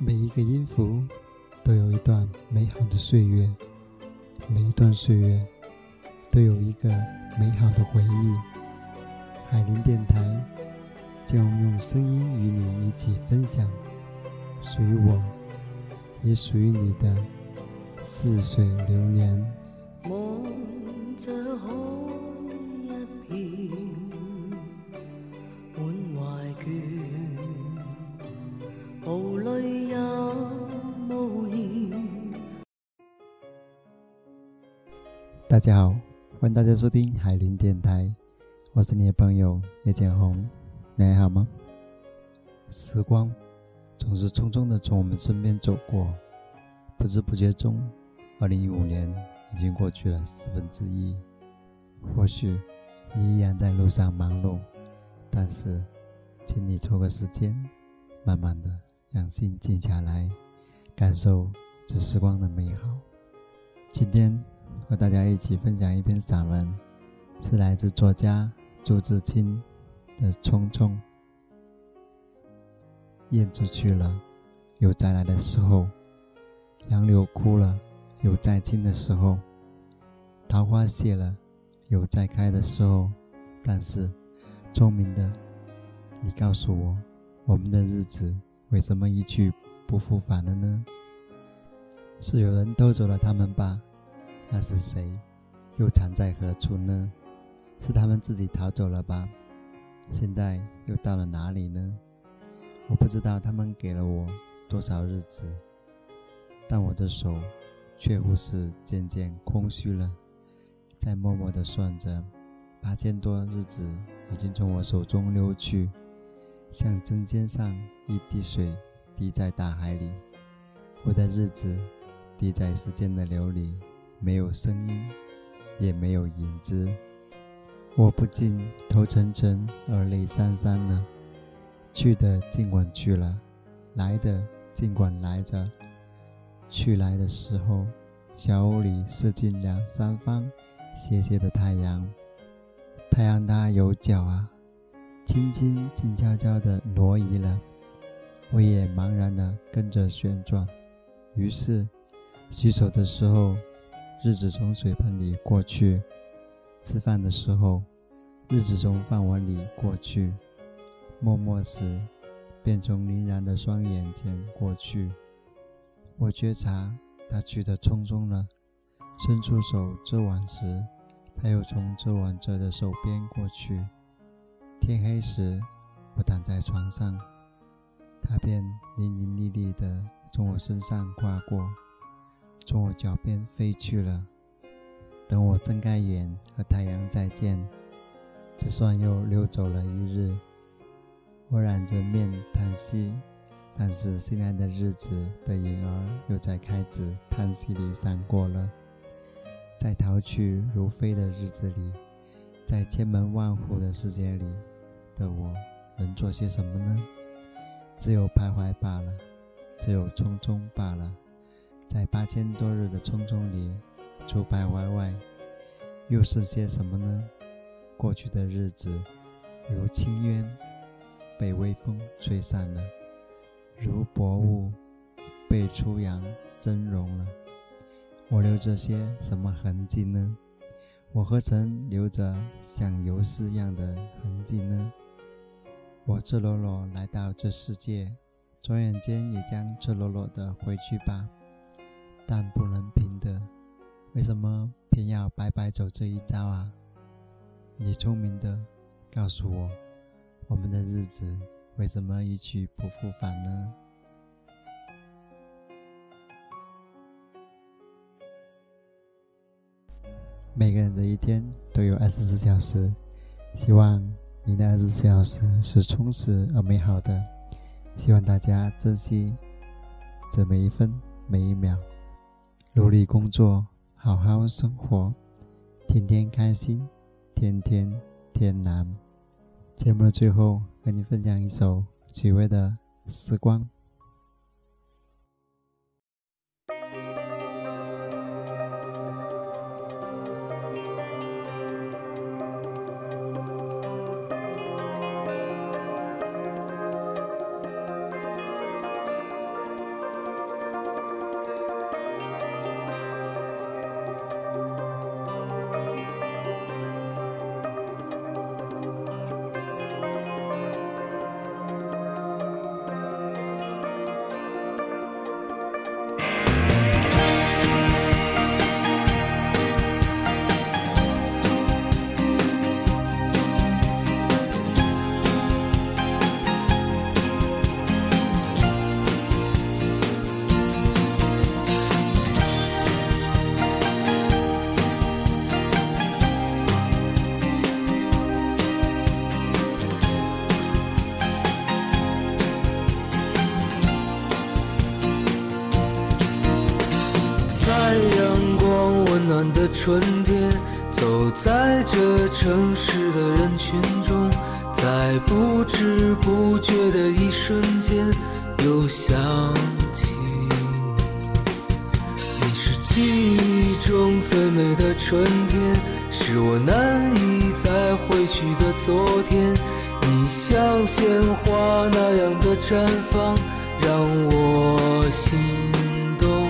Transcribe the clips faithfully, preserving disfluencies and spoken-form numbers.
每一个音符都有一段美好的岁月，每一段岁月都有一个美好的回忆。海林电台将用声音与你一起分享属于我也属于你的似水流年。 望着海一片滿懷倦，無淚也無言。 大家好，歡迎大家收聽海林電台，我是你的朋友葉建紅，你還好嗎？時光總是匆匆地從我們身邊走過，不知不覺中二零一五年已經過去了四分之一。或許你依然在路上忙碌，但是請你抽個時間，慢慢的讓心靜下來，感受這時光的美好。今天和大家一起分享一篇散文，是來自作家朱自清的《匆匆》。燕子去了，有再來的時候；楊柳枯了，有再青的時候；桃花謝了，有再開的時候。但是聰明的你告訴我，我們的日子為什麼一去不復返了呢？是有人偷走了他們吧？那是誰？又藏在何處呢？是他們自己逃走了吧？現在又到了哪裡呢？我不知道他們給了我多少日子，但我的手卻乎是漸漸空虛了，在默默地算着，八千多日子已經從我手中溜去，像針尖上一滴水滴在大海裡。我的日子滴在時間的流裡，沒有聲音，也沒有影子。我不禁頭沉沉而淚潸潸了，去的儘管去了，來的儘管來着。去來的時候，小屋裡射進兩三方斜斜的太陽，太陽它有腳啊，輕輕靜悄悄地挪移了，我也茫然地跟着旋轉。於是洗手的時候，日子從水盆裡過去；吃飯的時候，日子從飯碗裡過去；默默時，便從凝然的雙眼前過去。我覺察他去得匆匆了，伸出手遮挽時，他又從遮挽者的手邊過去。天黑時，我躺在床上，他便伶伶俐俐地從我身上跨過，從我腳邊飛去了。等我睜開眼和太陽再見，這算又溜走了一日。我染着面嘆息，但是心愛的日子的影兒又在開子嘆息裡閃過了。在逃去如飛的日子裡，在千門萬戶的世界裡的我能做些什麼呢？只有徘徊罷了，只有匆匆罷了。在八千多日的匆匆裡，除徘徊外，又是些什麼呢？過去的日子如輕煙，被微風吹散了，如薄霧，被初陽蒸融了。我留着些什麼痕跡呢？我何曾留着像游絲一樣的痕跡呢？我赤裸裸來到這世界，轉眼間也將赤裸裸的回去吧。但不能平的，為什麼偏要白白走這一遭啊？你聰明的告訴我，我們的日子為什麼一去不復返呢？每個人的一天都有二十四小時，希望你的二十四小時是充實而美好的，希望大家珍惜這每一分每一秒，努力工作，好好生活，天天開心，天天天藍。節目的最後和你分享一首許巍的《時光》。 暖的春天，走在这城市的人群中，在不知不觉的一瞬间，又想起你。你是记忆中最美的春天，是我难以再回去的昨天。你像鲜花那样的绽放，让我心动。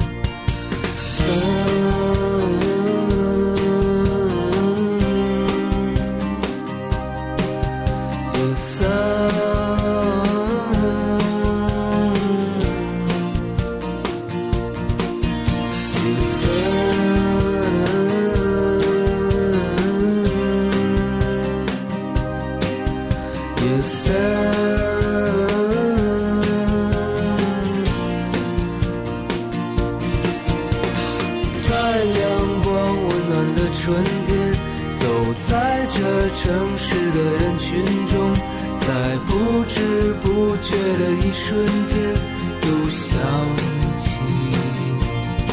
春天，走在这城市的人群中，在不知不觉的一瞬间，又想起你。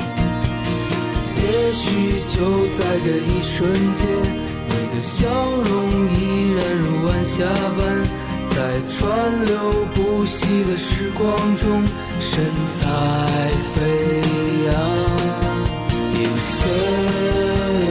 也许就在这一瞬间，你的笑容依然如晚霞般，在川流不息的时光中，神采飞扬。叶飞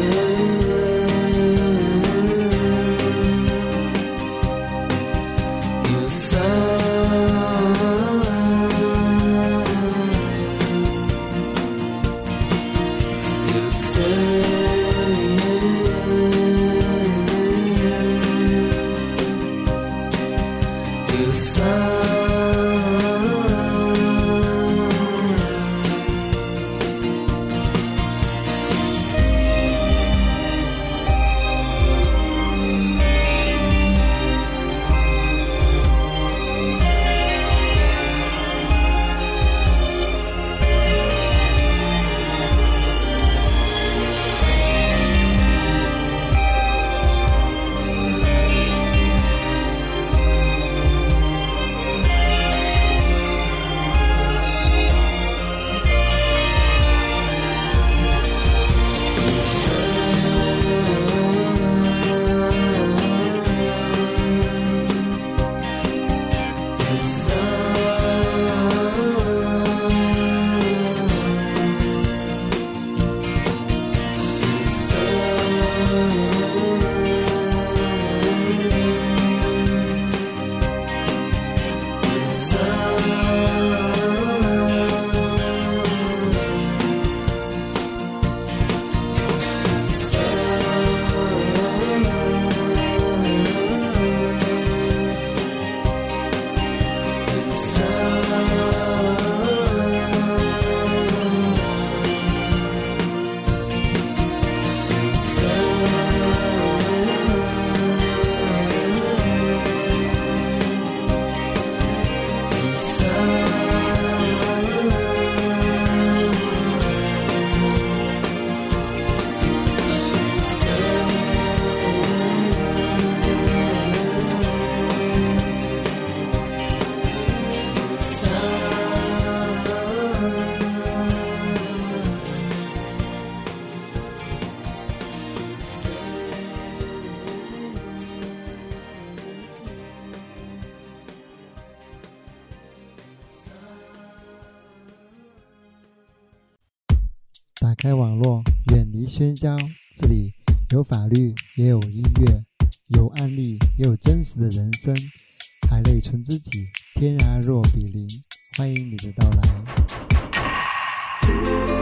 打开网络，远离喧嚣，这里有法律，也有音乐，有案例，也有真实的人生。海内存知己，天涯若比邻，欢迎你的到来。